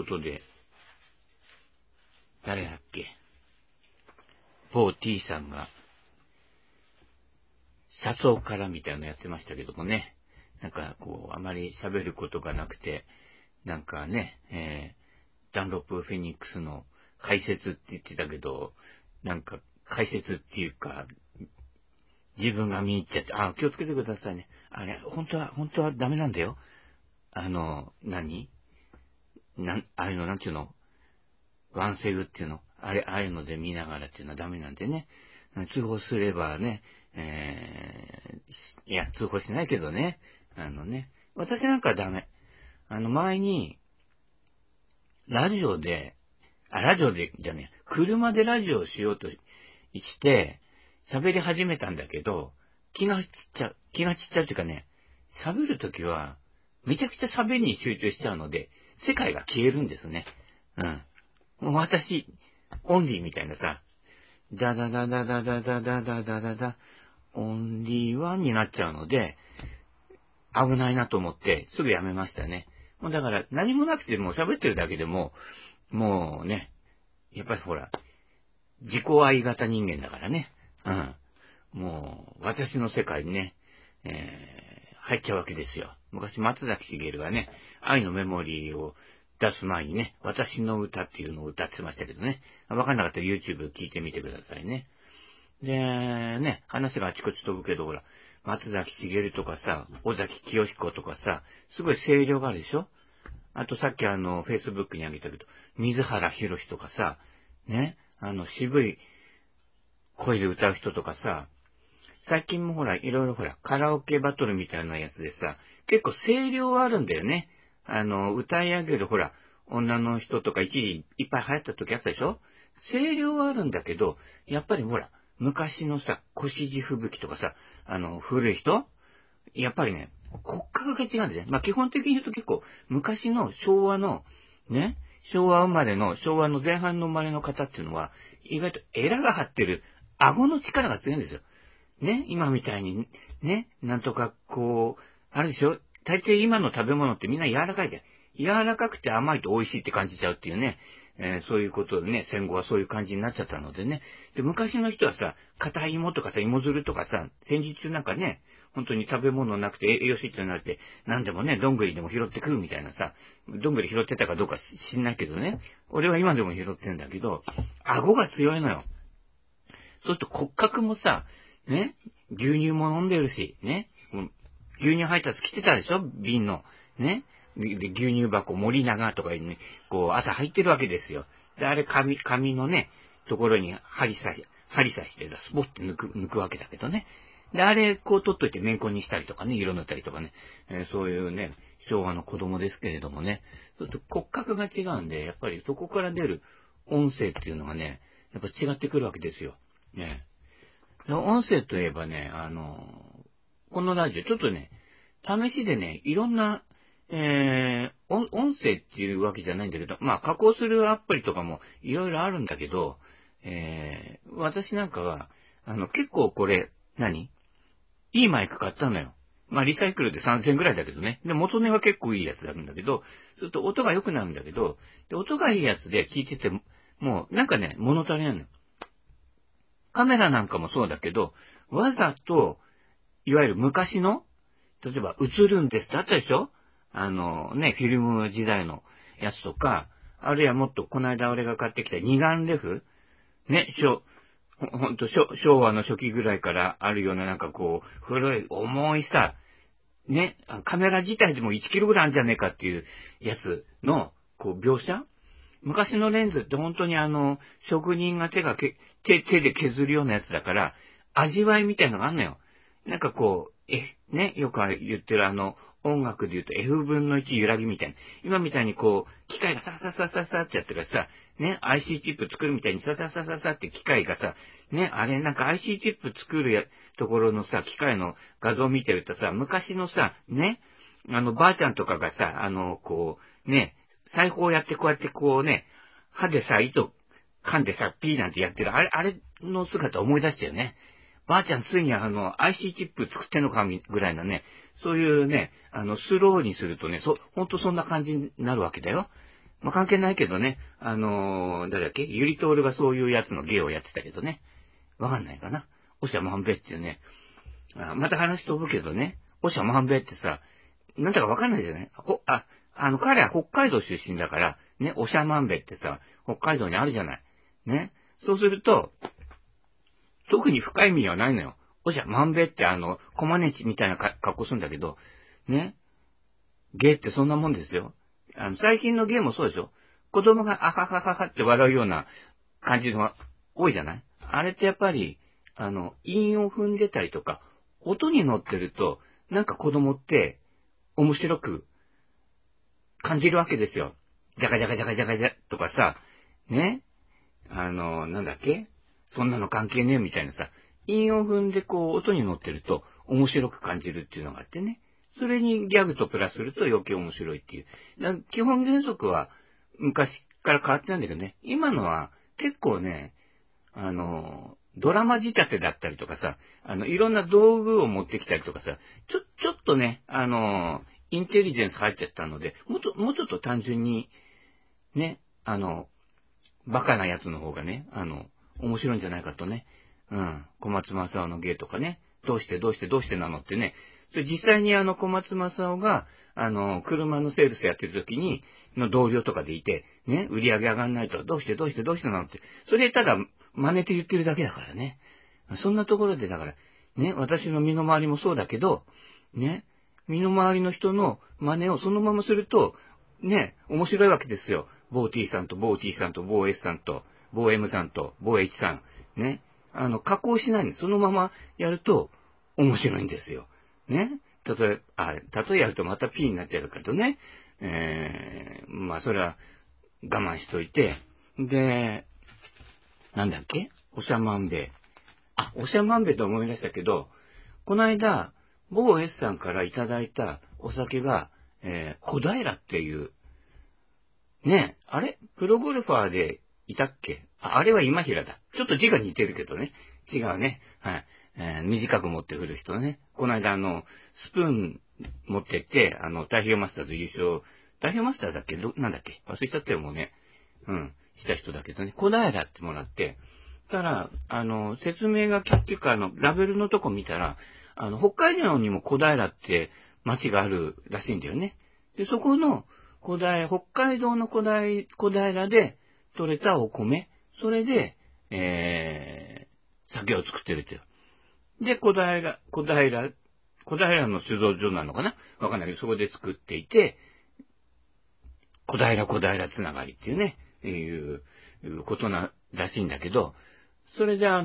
ことで、誰だっけ、某 T さんが、車窓からみたいなのやってましたけどもね、なんかこう、あまり喋ることがなくて、なんかね、ダンロップフェニックスの解説って言ってたけど、なんか解説っていうか、自分が見に行っちゃって、気をつけてくださいね。あれ、本当はダメなんだよ。ああいうの、なんていうの、ワンセグっていうの、ああいうので見ながらっていうのはダメなんでね。通報すればね、いや、通報しないけどね。私なんかはダメ。前に、ラジオでじゃねえ、車でラジオをしようとして、喋り始めたんだけど、気が散っちゃうっていうかね、喋るときは、めちゃくちゃ喋りに集中しちゃうので、世界が消えるんですね。うん。もう私、オンリーみたいなさ、ダダダダダダダダダダダダ、オンリーワンになっちゃうので、危ないなと思って、すぐやめましたね。もうだから、何もなくても喋ってるだけでも、もうね、やっぱりほら、自己愛型人間だからね。うん。もう、私の世界にね、入っちゃうわけですよ。昔、松崎しげるがね、愛のメモリーを出す前にね、私の歌っていうのを歌ってましたけどね。わかんなかったら YouTube 聞いてみてくださいね。で、ね、話があちこち飛ぶけど、ほら、松崎しげるとかさ、尾崎清彦とかさ、すごい声量があるでしょ。あとさっきFacebook にあげたけど、水原ひろしとかさ、ね、渋い声で歌う人とかさ、最近もほら、いろいろほら、カラオケバトルみたいなやつでさ、結構声量はあるんだよね。歌い上げるほら、女の人とか一時いっぱい流行った時あったでしょ。声量はあるんだけど、やっぱりほら、昔のさ、越路吹雪とかさ、古い人やっぱりね、骨格が違うんだよね。まあ、基本的に言うと結構、昔の昭和の、ね、昭和の前半の生まれの方っていうのは、意外とエラが張ってる、顎の力が強いんですよ。ね、今みたいに、ね、なんとかこう、あれでしょ、大抵今の食べ物ってみんな柔らかいじゃん。柔らかくて甘いと美味しいって感じちゃうっていうね、そういうことでね、戦後はそういう感じになっちゃったのでね。で、昔の人はさ、硬い芋とかさ、芋づるとかさ、戦時中なんかね、本当に食べ物なくて栄養失調になって、何でもね、どんぐりでも拾って食うみたいなさ、どんぐり拾ってたかどうか知んないけどね。俺は今でも拾ってんだけど、顎が強いのよ。そうすると骨格もさ、ね、牛乳も飲んでるし、ね、牛乳配達来てたでしょ瓶の。ね。で、牛乳箱森永とかにね、こう朝入ってるわけですよ。で、あれ紙のね、ところに針刺してスポッて抜くわけだけどね。で、あれ、こう取っといてめんこにしたりとかね、色塗ったりとかね、そういうね、昭和の子供ですけれどもね。そうすると骨格が違うんで、やっぱりそこから出る音声っていうのがね、やっぱ違ってくるわけですよ。ね。音声といえばね、このラジオ、ちょっとね、試しでね、いろんな、音声っていうわけじゃないんだけど、まあ、加工するアプリとかもいろいろあるんだけど、私なんかは、結構これ、いいマイク買ったのよ。まあ、リサイクルで3000円くらいだけどね。で、元値は結構いいやつなんだけど、すると音が良くなるんだけど、で、音がいいやつで聞いててもう、なんかね、物足りないのよ。カメラなんかもそうだけど、わざと、いわゆる昔の、例えば映るんですってあったでしょ。フィルム時代のやつとか、あるいはもっとこの間俺が買ってきた二眼レフね、昭和の初期ぐらいからあるようななんかこう、古い重いさ、ね、カメラ自体でも1キロぐらいあるんじゃねえかっていうやつの、こう、描写昔のレンズって本当に職人が手で削るようなやつだから、味わいみたいのがあんのよ。なんかこう、よく言ってる音楽で言うと F 分の1揺らぎみたいな。今みたいにこう、機械がサササササってやってからさ、ね、IC チップ作るみたいにサササササって機械がさ、ね、あれなんか IC チップ作るところのさ、機械の画像見てるとさ、昔のさ、ね、ばあちゃんとかがさ、こう、ね、裁縫やってこうやってこうね、歯でさ、糸噛んでさ、ピーなんてやってる、あれの姿思い出したよね。ばあちゃんついにIC チップ作ってんのかぐらいなね、そういうね、スローにするとね、ほんとそんな感じになるわけだよ。 まあ、関係ないけどね、誰だっけゆりとおるがそういうやつの芸をやってたけどね。わかんないかな。おしゃまんべっていうね。また話飛ぶけどね。おしゃまんべってさ、なんだかわかんないじゃない彼は北海道出身だから、ね、おしゃまんべってさ、北海道にあるじゃない。ね。そうすると、特に深い意味はないのよ。おしゃまんべってコマネチみたいな格好するんだけど、ね。芸ってそんなもんですよ。最近の芸もそうでしょ。子供があははははって笑うような感じのが多いじゃない。あれってやっぱり、韻を踏んでたりとか、音に乗ってると、なんか子供って面白く感じるわけですよ。ジャカジャカジャカジャカジャとかさ、ね。なんだっけそんなの関係ねえみたいなさ、韻を踏んでこう音に乗ってると面白く感じるっていうのがあってね。それにギャグとプラスすると余計面白いっていう。基本原則は昔から変わってないんだけどね。今のは結構ね、ドラマ仕立てだったりとかさ、いろんな道具を持ってきたりとかさ、ちょっとね、インテリジェンス入っちゃったので、もうちょっと単純に、ね、バカなやつの方がね、面白いんじゃないかとね。うん。小松正夫の芸とかね。どうしてなのってね。それ実際に小松正夫が、車のセールスやってる時に、の同僚とかでいて、ね、売り上げ上がんないと、どうしてなのって。それただ、真似て言ってるだけだからね。そんなところで、だから、ね、私の身の回りもそうだけど、ね、身の回りの人の真似をそのまますると、ね、面白いわけですよ。某 T さんと某 T さんと某 S さんと某 M さんと某 H さん。ね。加工しないんです。そのままやると面白いんですよ。ね。例えやるとまた P になっちゃうけどね。まあ、それは我慢しといて。で、なんだっけおしゃまんべ。おしゃまんべと思い出したけど、この間、某 S さんからいただいたお酒が、小平っていう、ねえ、あれプロゴルファーでいたっけあれは今平だ。ちょっと字が似てるけどね。違うね。はい。短く持ってくる人ね。この間スプーン持ってって、太平洋マスターズ優勝、太平洋マスターだっけなんだっけ忘れちゃったよ、もうね。うん。した人だけどね。小平ってもらって、たら、説明書きっていうか、ラベルのとこ見たら、北海道にも小平って町があるらしいんだよね。で、そこの北海道の小平で採れたお米、それで、酒を作ってるってよ。で、小平の酒造所なのかなわかんないけど、そこで作っていて、小平つながりっていうね、いうことらしいんだけど、それで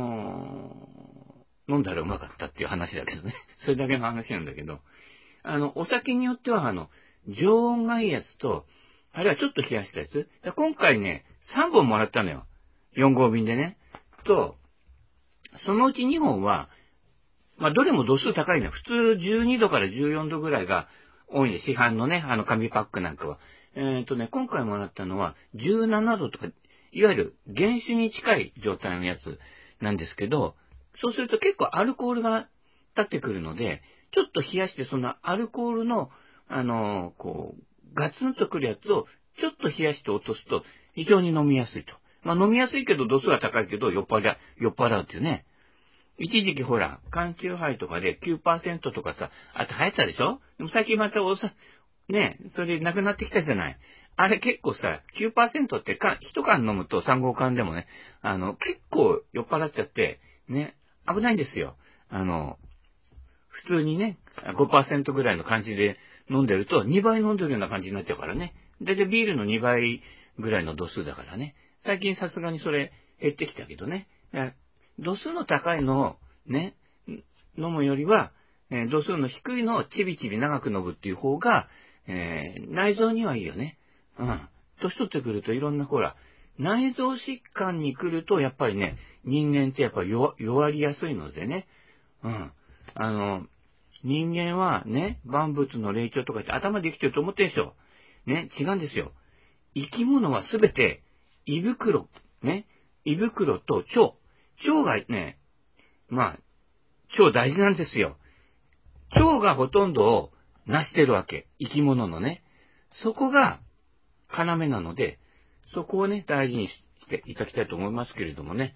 飲んだらうまかったっていう話だけどね。それだけの話なんだけど、お酒によっては常温がいいやつと、あるいはちょっと冷やしたやつ。今回ね、3本もらったのよ。4号便でね。と、そのうち2本は、まあ、どれも度数高いのよ。普通12度から14度ぐらいが多いんで、市販のね、紙パックなんかは。今回もらったのは17度とか、いわゆる原酒に近い状態のやつなんですけど、そうすると結構アルコールが立ってくるので、ちょっと冷やして、そのアルコールの、ガツンとくるやつを、ちょっと冷やして落とすと、非常に飲みやすいと。まあ飲みやすいけど度数が高いけど酔っ払うっていうね。一時期ほら、缶チューハイとかで 9% とかさ、あと流行ったでしょでも最近またね、それなくなってきたじゃない。あれ結構さ、9% って一缶飲むと3号缶でもね、結構酔っ払っちゃって、ね、危ないんですよ。普通にね、5% ぐらいの感じで飲んでると、2倍飲んでるような感じになっちゃうからね。だいたいビールの2倍ぐらいの度数だからね。最近さすがにそれ減ってきたけどね。度数の高いのをね、飲むよりは、度数の低いのをちびちび長く飲むっていう方が、内臓にはいいよね。うん。年取ってくるといろんなほら、内臓疾患に来るとやっぱりね、人間ってやっぱ弱りやすいのでね。うん。人間はね、万物の霊長とかって頭で生きてると思ってるでしょ。ね、違うんですよ。生き物はすべて、胃袋と腸。腸がね、まあ、腸大事なんですよ。腸がほとんどを成してるわけ。生き物のね。そこが、 要なので、そこをね、大事にしていただきたいと思いますけれどもね。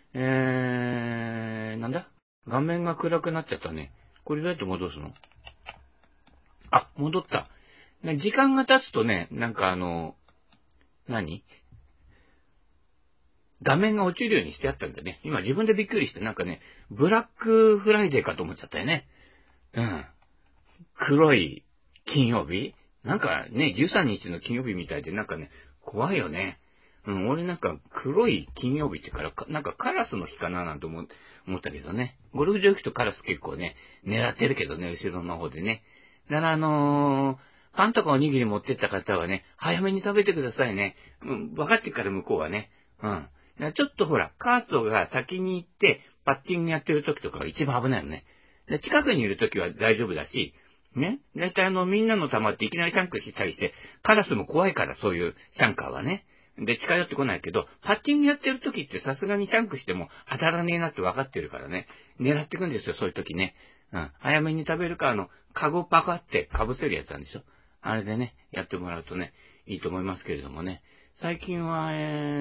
なんだ？画面が暗くなっちゃったね。これどうやって戻すの？あ、戻った。時間が経つとね、なんか何？画面が落ちるようにしてあったんだね。今自分でびっくりして、なんかね、ブラックフライデーかと思っちゃったよね。うん。黒い金曜日？なんかね、13日の金曜日みたいで、なんかね、怖いよね。うん、俺なんか黒い金曜日ってから、なんかカラスの日かななんて思ったけどね。ゴルフ場行くとカラス結構ね、狙ってるけどね、後ろの方でね。だからパンとかおにぎり持ってった方はね、早めに食べてくださいね。うん、分かってから向こうはね。うん。ちょっとほら、カートが先に行って、パッティングやってる時とかが一番危ないよね。で近くにいる時は大丈夫だし、ね。だいたいみんなの玉っていきなりシャンクしたりして、カラスも怖いから、そういうシャンカーはね。で、近寄ってこないけど、パッティングやってる時ってさすがにシャンクしても当たらねえなって分かってるからね。狙ってくんですよ、そういう時ね。うん。早めに食べるか、カゴパカって被せるやつなんでしょ。あれでね、やってもらうとね、いいと思いますけれどもね。最近は、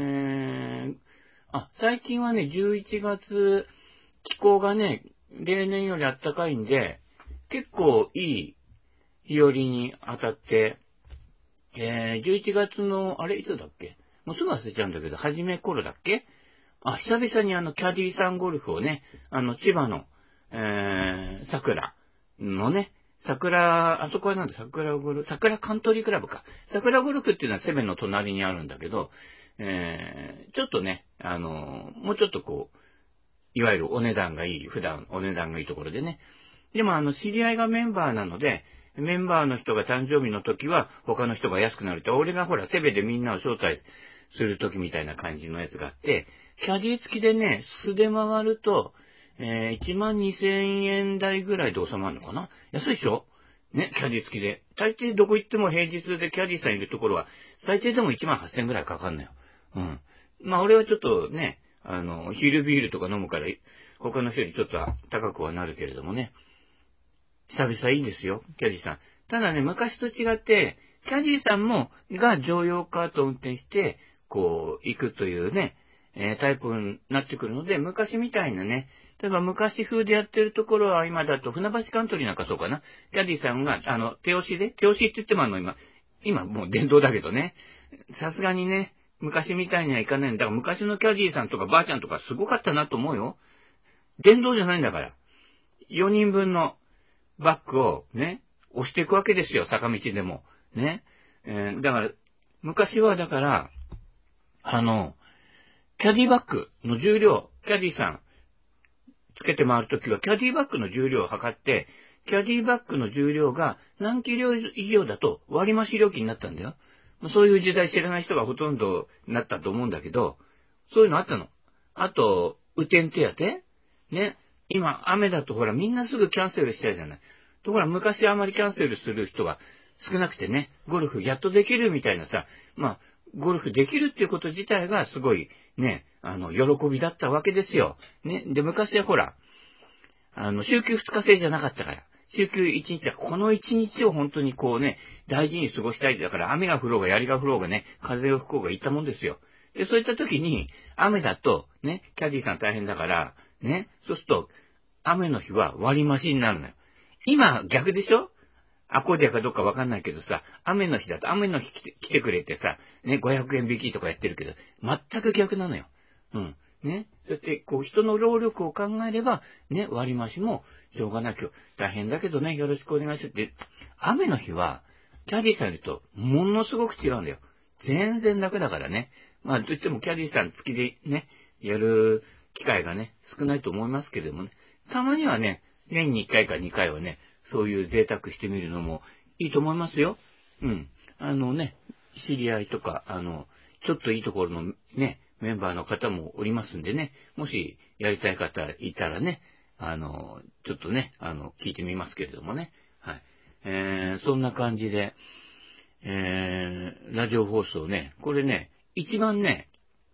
最近はね、11月、気候がね、例年より暖かいんで、結構いい日和に当たって、11月の、あれいつだっけ？もうすぐ忘れちゃうんだけど、初め頃だっけ？久々にキャディーさんゴルフをね、千葉の、桜のね、あそこはなんだ、桜カントリークラブか。桜ゴルフっていうのはセベンの隣にあるんだけど、ちょっとね、もうちょっとこう、いわゆるお値段がいい、普段お値段がいいところでね。でも知り合いがメンバーなので、メンバーの人が誕生日の時は他の人が安くなるって、俺がほら、セベでみんなを招待する時みたいな感じのやつがあって、キャディ付きでね、素で回ると、12,000円台ぐらいで収まるのかな？安いでしょ？ね、キャディ付きで。大抵どこ行っても平日でキャディさんいるところは、最低でも18,000円ぐらいかかんのよ。うん。まあ俺はちょっとね、昼ビールとか飲むから、他の人よりちょっと高くはなるけれどもね。久々いいですよ、キャディさん。ただね、昔と違って、キャディさんが乗用カートを運転して、こう、行くというね、タイプになってくるので、昔みたいなね、例えば昔風でやってるところは今だと船橋カントリーなんかそうかな。キャディさんが、手押しって言っても今もう電動だけどね、さすがにね、昔みたいにはいかないんだから、昔のキャディさんとかばあちゃんとかすごかったなと思うよ。電動じゃないんだから。4人分のバッグをね、押していくわけですよ、坂道でも。ね。だから、昔はだから、キャディバッグの重量、キャディさんつけて回るときは、キャディバッグの重量を測って、キャディバッグの重量が何キロ以上だと割増料金になったんだよ。そういう時代知らない人がほとんどになったと思うんだけど、そういうのあったの。あと、雨天手当ね。今、雨だとほら、みんなすぐキャンセルしちゃうじゃない。ところが昔あまりキャンセルする人が少なくてね、ゴルフやっとできるみたいなさ、ゴルフできるっていうこと自体がすごいね、喜びだったわけですよ。ね。で、昔はほら、週休2日制じゃなかったから。週休1日は、この1日を本当にこうね、大事に過ごしたい。だから雨が降ろうが槍が降ろうがね、風が吹こうが言ったもんですよ。で、そういった時に、雨だと、ね、キャディさん大変だから、ね、そうすると、雨の日は割増になるのよ。今、逆でしょ？アコーディアかどうかわかんないけどさ、雨の日だと、雨の日来てくれてさ、ね、500円引きとかやってるけど、全く逆なのよ。うん。ね。そうやって、こう、人の労力を考えれば、ね、割増も、しょうがなく、大変だけどね、よろしくお願いしますって、雨の日は、キャディさんいると、ものすごく違うんだよ。全然楽だからね。といっても、キャディさん付きでね、やる機会がね、少ないと思いますけれどもね。たまにはね、年に1回か2回はね、そういう贅沢してみるのもいいと思いますよ。うん。知り合いとか、ちょっといいところのね、メンバーの方もおりますんでね、もしやりたい方いたらね、ちょっとね、聞いてみますけれどもね。はい。そんな感じで、ラジオ放送ね、これね、一番ね、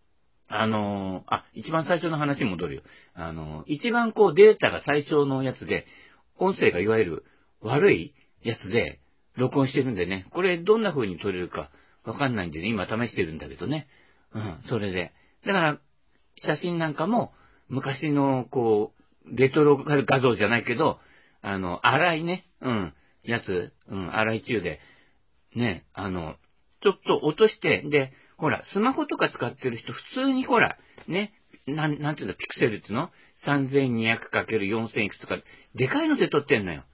一番最初の話に戻るよ。一番こうデータが最初のやつで、音声がいわゆる悪いやつで録音してるんでね、これどんな風に撮れるかわかんないんでね、今試してるんだけどね。それで。だから、写真なんかも、昔の、レトロ画像じゃないけど、粗いね、やつ、粗い中で、ね、ちょっと落として、で、ほら、スマホとか使ってる人、普通にほら、ね、なんていうの、ピクセルっていうの ?3200×4000 いくつか、でかいので撮ってんのよ。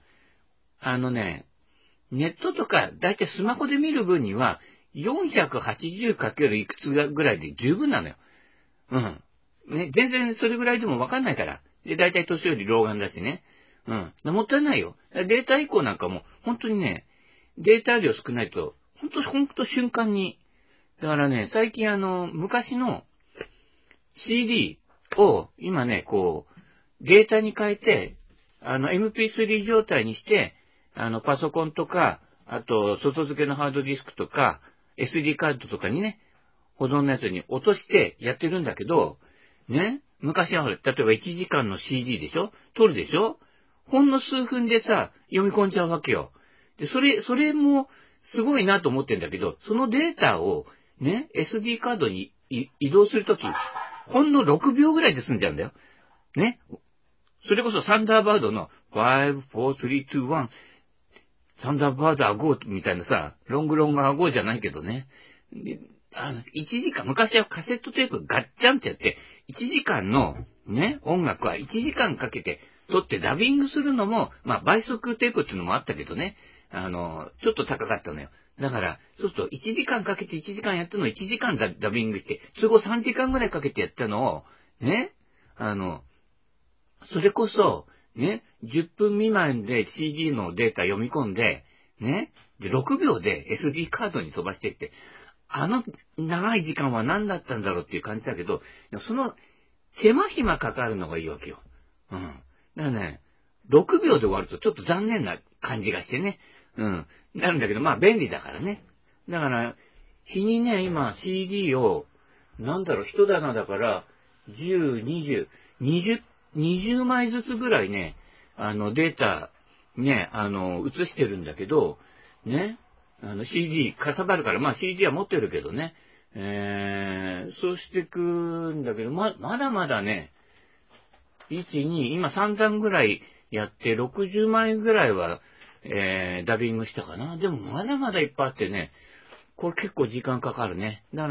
ネットとか、だいたいスマホで見る分には、480× いくつぐらいで十分なのよ。ね、全然それぐらいでもわかんないから。で、だいたい年寄り老眼だしね。もったいないよ。データ移行なんかも、本当にね、データ量少ないと、本当瞬間に。だからね、最近昔の CD を今ね、データに変えて、MP3 状態にして、パソコンとか、あと、外付けのハードディスクとか、SD カードとかにね、保存のやつに落としてやってるんだけど、ね、昔はほら、例えば1時間の CD でしょ撮るでしょほんの数分でさ、読み込んじゃうわけよ。で、それもすごいなと思ってんだけど、そのデータをね、SD カードに移動するとき、ほんの6秒ぐらいで済んじゃうんだよ。ね。それこそサンダーバードの5, 4, 3, 2, 1サンダーバードアゴーみたいなさ、ロングアゴーじゃないけどね。で1時間、昔はカセットテープガッチャンってやって、1時間のね、音楽は1時間かけて撮ってダビングするのも、まあ倍速テープっていうのもあったけどね、ちょっと高かったのよ。だから、そうすると1時間かけて1時間やったのを1時間ダビングして、都合3時間ぐらいかけてやったのを、ね、それこそ、ね、10分未満で CD のデータ読み込んで、ね、で、6秒で SD カードに飛ばしていって、長い時間は何だったんだろうっていう感じだけど、その手間暇かかるのがいいわけよ。だからね、6秒で終わるとちょっと残念な感じがしてね。なるんだけど、まあ便利だからね。だから、日にね、今 CD を、一棚だから、10、20、20枚ずつぐらいね、データ、ね、映してるんだけど、ね、CD、かさばるから、まあ CD は持ってるけどね、そうしてくんだけど、まだまだね、1、2、今3段ぐらいやって、60枚ぐらいは、ダビングしたかな。でもまだまだいっぱいあってね、これ結構時間かかるね。だから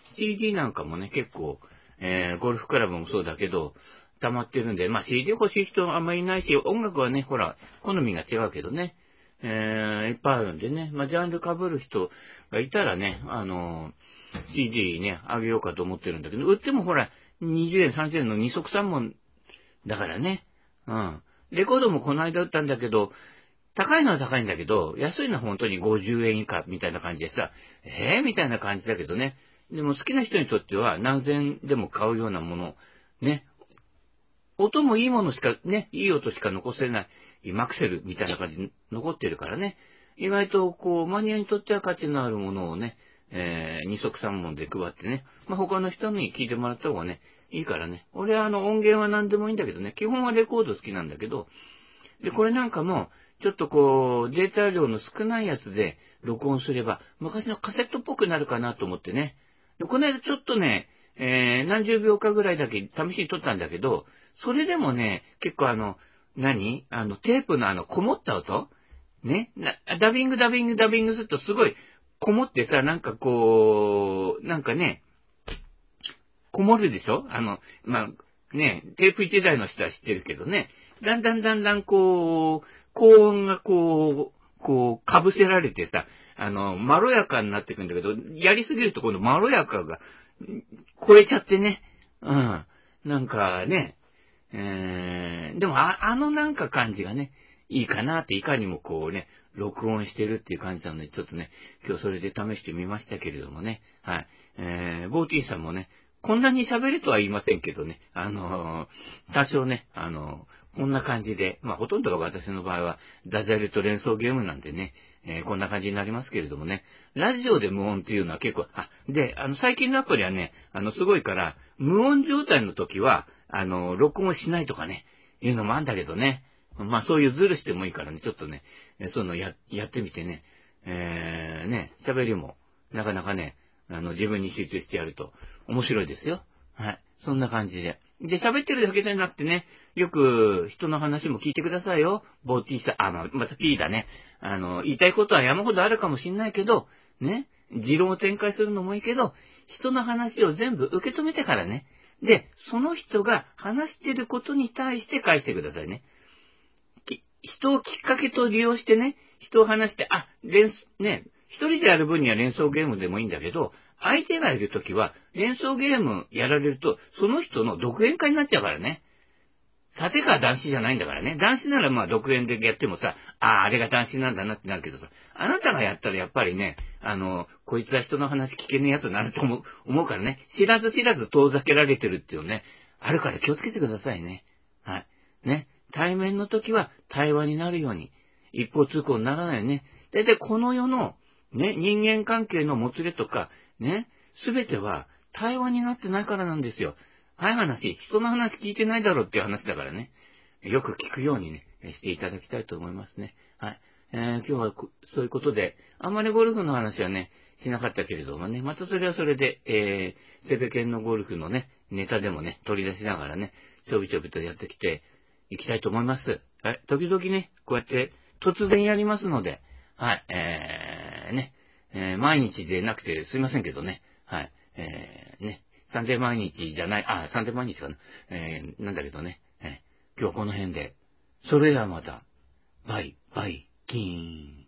CD なんかもね、結構、ゴルフクラブもそうだけど、溜まってるんで、まあ CD 欲しい人あんまりいないし、音楽はね、ほら、好みが違うけどね、いっぱいあるんでね、まあジャンル被る人がいたらね、CD ね、あげようかと思ってるんだけど、売ってもほら、20円、30円の二足三門だからね、レコードもこの間売ったんだけど、高いのは高いんだけど、安いのは本当に50円以下みたいな感じでさ、みたいな感じだけどね。でも好きな人にとっては何千でも買うようなもの、ね。音もいいものしか、ね、いい音しか残せない、マクセルみたいな感じに残ってるからね。意外とマニアにとっては価値のあるものをね、二足三門で配ってね。まあ、他の人に聞いてもらった方がね、いいからね。俺は音源は何でもいいんだけどね。基本はレコード好きなんだけど、で、これなんかも、ちょっとデータ量の少ないやつで録音すれば、昔のカセットっぽくなるかなと思ってね。で、この間ちょっとね、何十秒かぐらいだけ試しに撮ったんだけど、それでもね、結構テープのこもった音ね、ダビングするとすごい、こもってさ、なんかね、こもるでしょまあ、ね、テープ一台の人は知ってるけどね、だんだん高音が被せられてさ、まろやかになっていくんだけど、やりすぎると今度まろやかが超えちゃってね、なんかね、でもなんか感じがね、いいかなって、いかにも録音してるっていう感じなので、ちょっとね、今日それで試してみましたけれどもね、はい。ボーティーさんもね、こんなに喋るとは言いませんけどね、多少ね、こんな感じで、まあ、ほとんどが私の場合は、ダジャレと連想ゲームなんでね、こんな感じになりますけれどもね、ラジオで無音っていうのは結構、で、最近のアプリはね、すごいから、無音状態の時は、録音しないとかね、いうのもあるんだけどね、まあ、そういうズルしてもいいからね、ちょっとね、そういうのやってみてね、喋りも、 なかなかね、自分に集中してやると面白いですよ。はい。そんな感じで。で、喋ってるだけじゃなくてね、よく人の話も聞いてくださいよ。ボーティーさ、また P だね。言いたいことは山ほどあるかもしんないけど、ね、持論を展開するのもいいけど、人の話を全部受け止めてからね。で、その人が話してることに対して返してくださいね。人をきっかけと利用してね、人を話して、ね、一人でやる分には連想ゲームでもいいんだけど、相手がいるときは、連想ゲームやられると、その人の独演会になっちゃうからね。立川談志じゃないんだからね。談志ならまあ独演でやってもさ、あれが談志なんだなってなるけどさ、あなたがやったらやっぱりね、こいつは人の話聞けねえやつになると思うからね、知らず知らず遠ざけられてるっていうね、あるから気をつけてくださいね。はい。ね。対面の時は対話になるように、一方通行にならないよね。だいたいこの世の、ね、人間関係のもつれとか、ね、すべては対話になってないからなんですよ。人の話聞いてないだろうっていう話だからね。よく聞くようにね、していただきたいと思いますね。はい。今日はそういうことで、あんまりゴルフの話はね、しなかったけれどもね、またそれはそれで、セベケンのゴルフのね、ネタでもね、取り出しながらね、ちょびちょびとやってきていきたいと思います。はい。時々ね、こうやって突然やりますので、はい。毎日でなくてすいませんけどね、はい。ね。サンデー毎日じゃない、サンデー毎日かな。なんだけどね、今日はこの辺で。それではまた、バイ、バイ、キーン。